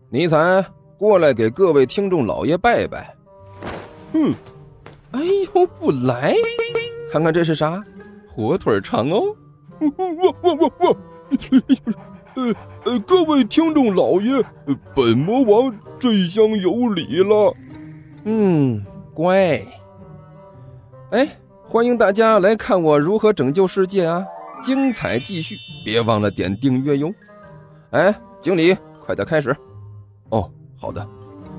尼采，过来给各位听众老爷拜拜。哎呦，不来，看看这是啥？火腿肠哦。 各位听众老爷，本魔王这厢有礼了。 乖。哎，欢迎大家来看我如何拯救世界啊！精彩继续，别忘了点订阅哟。哎，经理，快点开始。哦，好的。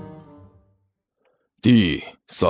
第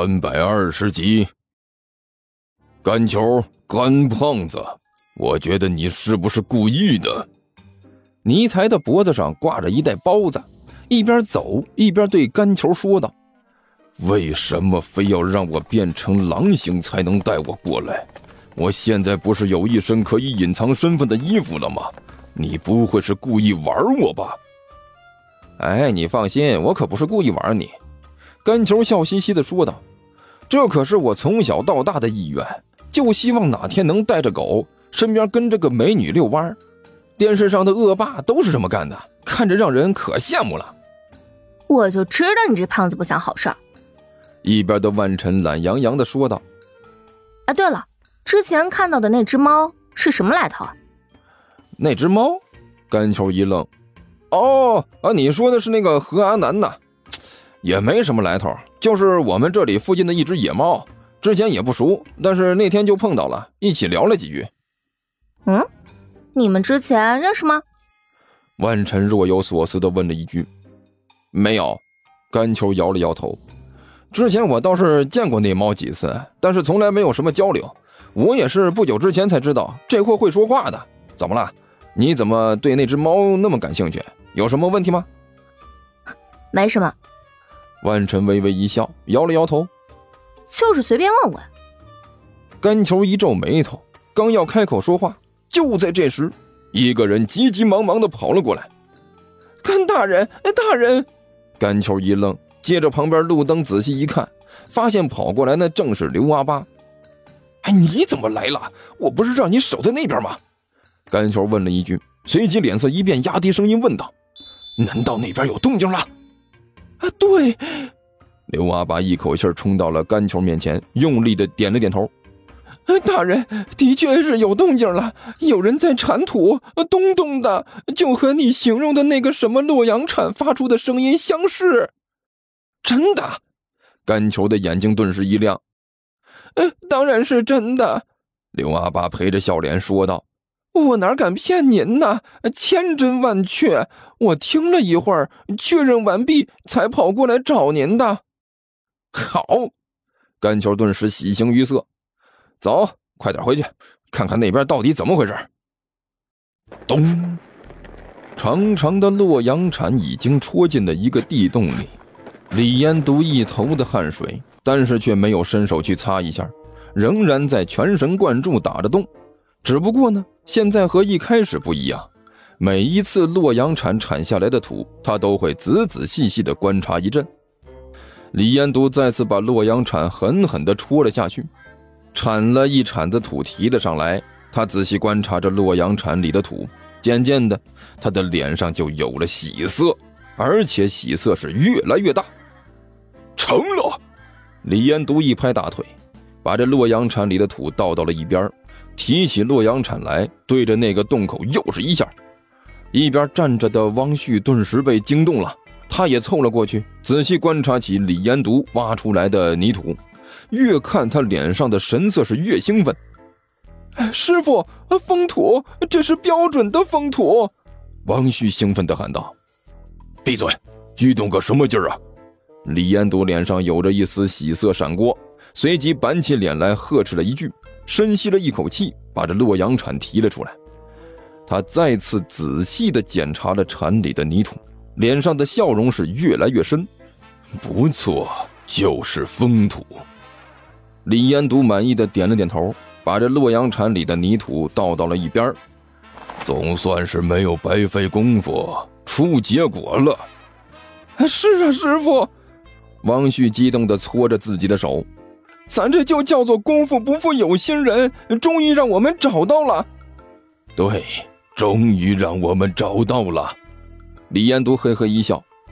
320集。干球，干胖子，我觉得你是不是故意的？ 尼采的脖子上挂着一袋包子，一边走一边对干球说道： 为什么非要让我变成狼形才能带我过来？我现在不是有一身可以隐藏身份的衣服了吗？你不会是故意玩我吧？ 哎，你放心，我可不是故意玩你。干球笑嘻嘻地说道：这可是我从小到大的意愿，就希望哪天能带着狗，身边跟着个美女遛弯。电视上的恶霸都是这么干的，看着让人可羡慕了。 我就知道你这胖子不想好事儿。 一边的万晨懒洋洋地说道： 啊，对了，之前看到的那只猫是什么来头啊？ 那只猫？干球一愣。你说的是那个何阿南呐？也没什么来头，就是我们这里附近的一只野猫，之前也不熟，但是那天就碰到了，一起聊了几句。 你们之前认识吗？ 万晨若有所思地问了一句。没有，干球摇了摇头。之前我倒是见过那猫几次，但是从来没有什么交流。我也是不久之前才知道这货会说话的。怎么了？你怎么对那只猫那么感兴趣？有什么问题吗？ 没什么。 万晨微微一笑，摇了摇头。 就是随便问问。 干球一皱眉头，刚要开口说话，就在这时，一个人急急忙忙地跑了过来。干大人，大人！干球一愣，接着旁边路灯仔细一看，发现跑过来那正是刘阿八。你怎么来了？我不是让你守在那边吗？干球问了一句，随即脸色一变，压低声音问道：难道那边有动静了？对。刘阿八一口气冲到了干球面前，用力地点了点头。大人，的确是有动静了，有人在铲土，咚咚的，就和你形容的那个什么洛阳铲发出的声音相似。真的？干球的眼睛顿时一亮。当然是真的，刘阿八陪着笑脸说道。我哪敢骗您呢？千真万确，我听了一会儿，确认完毕才跑过来找您的。好，干球顿时喜形于色。走，快点回去，看看那边到底怎么回事。咚！长长的洛阳铲已经戳进了一个地洞里，李延独一头的汗水，但是却没有伸手去擦一下，仍然在全神贯注打着洞。只不过呢，现在和一开始不一样，每一次洛阳铲铲下来的土，他都会仔仔细细地观察一阵。李延独再次把洛阳铲狠狠地戳了下去，铲了一铲子土提了上来，他仔细观察着洛阳铲里的土，渐渐的他的脸上就有了喜色，而且喜色是越来越大。成了！李延独一拍大腿，把这洛阳铲里的土倒到了一边，提起洛阳铲来，对着那个洞口又是一下。一边站着的汪旭顿时被惊动了，他也凑了过去，仔细观察起李延独挖出来的泥土，越看他脸上的神色是越兴奋。师傅，封土，这是标准的封土！汪旭兴奋地喊道。 闭嘴，激动个什么劲儿啊！ 李延独脸上有着一丝喜色闪过，随即板起脸来呵斥了一句，深吸了一口气，把这洛阳铲提了出来。他再次仔细地检查了铲里的泥土，脸上的笑容是越来越深。 不错，就是封土。 李延独满意地点了点头，把这洛阳铲里的泥土倒到了一边。 总算是没有白费功夫，出结果了。 是啊，师傅。汪旭激动地搓着自己的手，咱这就叫做功夫不负有心人，终于让我们找到了。 对，终于让我们找到了。 李延独嘿嘿一笑，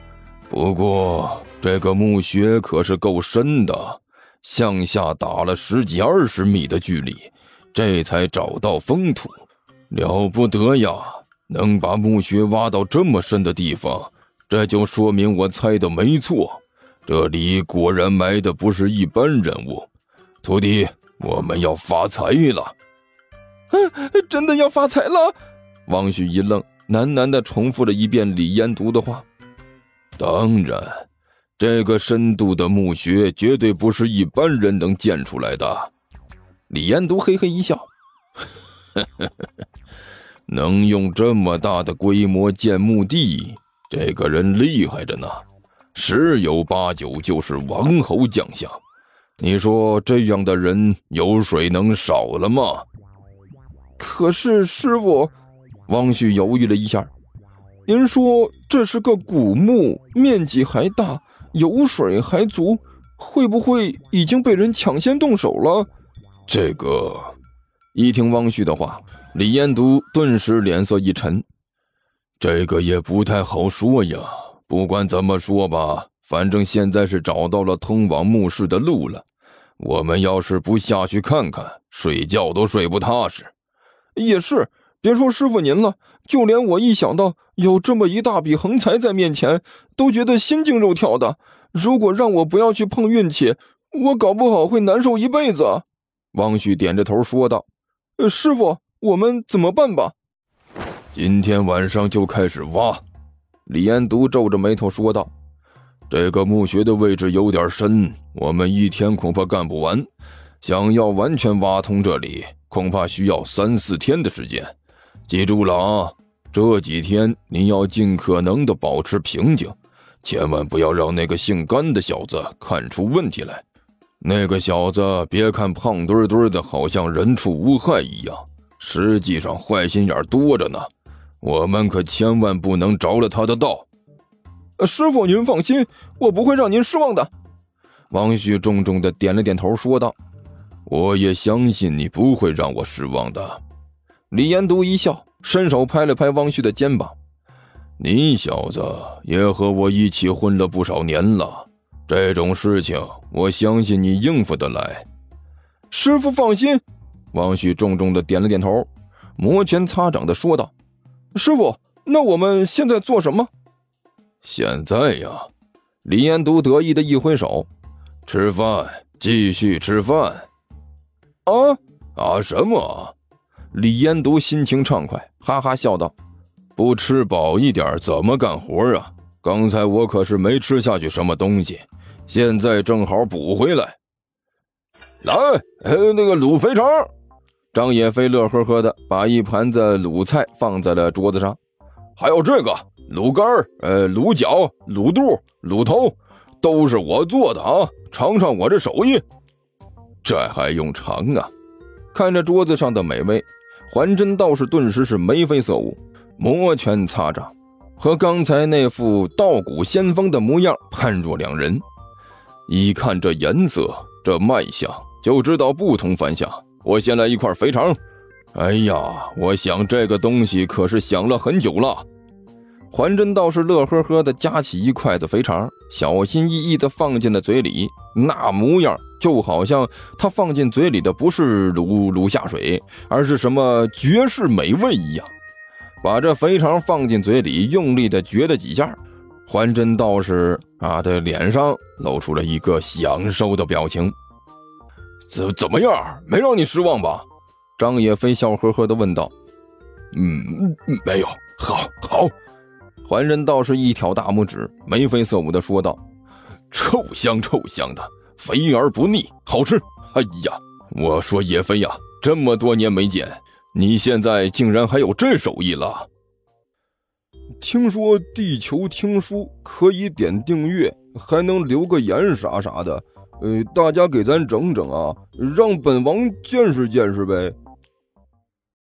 不过这个墓穴可是够深的，向下打了10几20米的距离，这才找到封土，了不得呀！能把墓穴挖到这么深的地方，这就说明我猜的没错，这里果然埋的不是一般人物。徒弟，我们要发财了！ 真的要发财了？汪旭一愣，喃喃地重复了一遍李彦独的话。 当然，这个深度的墓穴绝对不是一般人能建出来的。 李彦独嘿嘿一笑， 能用这么大的规模建墓地，这个人厉害着呢，10有8九就是王侯将相。你说这样的人有水能少了吗？ 可是师傅，汪旭犹豫了一下，您说这是个古墓，面积还大，油水还足，会不会已经被人抢先动手了？ 这个…… 一听汪旭的话，李彦独顿时脸色一沉。 这个也不太好说呀，不管怎么说吧，反正现在是找到了通往墓室的路了。我们要是不下去看看，睡觉都睡不踏实。 也是，别说师傅您了，就连我一想到有这么一大笔横财在面前，都觉得心惊肉跳的。如果让我不要去碰运气，我搞不好会难受一辈子。汪旭点着头说道：师傅，我们怎么办吧？ 今天晚上就开始挖。 李彦独皱着眉头说道： 这个墓穴的位置有点深，我们一天恐怕干不完，想要完全挖通这里，恐怕需要3、4天的时间。记住了啊，这几天你要尽可能的保持平静，千万不要让那个姓甘的小子看出问题来。那个小子别看胖墩墩的，好像人畜无害一样，实际上坏心眼多着呢，我们可千万不能着了他的道。 师傅您放心，我不会让您失望的。 王旭重重地点了点头说道：我也相信你不会让我失望的。 李彦独一笑，伸手拍了拍汪旭的肩膀： 你小子也和我一起混了不少年了，这种事情我相信你应付得来。 师傅放心。汪旭重重地点了点头，摩拳擦掌地说道：师傅，那我们现在做什么？ 现在呀， 李彦独得意的一挥手： 吃饭，继续吃饭。什么？ 李彦独心情畅快，哈哈笑道： 不吃饱一点怎么干活啊？刚才我可是没吃下去什么东西，现在正好补回来。来，那个卤肥肠。 张野飞乐呵呵的把一盘子卤菜放在了桌子上。 还有这个卤肝卤脚、卤肚、卤头，都是我做的啊！尝尝我这手艺。 这还用尝啊？看着桌子上的美味，还真道士顿时是眉飞色舞，摩拳擦掌，和刚才那副道骨仙风的模样判若两人。一看这颜色，这卖相，就知道不同凡响。我先来一块肥肠。 哎呀，我想这个东西可是想了很久了。 还真道士乐呵呵地夹起一筷子肥肠，小心翼翼地放进了嘴里，那模样就好像他放进嘴里的不是卤下水，而是什么绝世美味一样。把这肥肠放进嘴里，用力地嚼了几下，还真道士的脸上露出了一个享受的表情。 怎么样？没让你失望吧？ 张野飞笑呵呵地问道。 没有，好。 还真道士一挑大拇指，眉飞色舞地说道： 臭香的，肥而不腻，好吃。哎呀，我说野飞呀，这么多年没见，你现在竟然还有这手艺了。 听说地球听书可以点订阅，还能留个言啥的，大家给咱整整啊，让本王见识见识呗。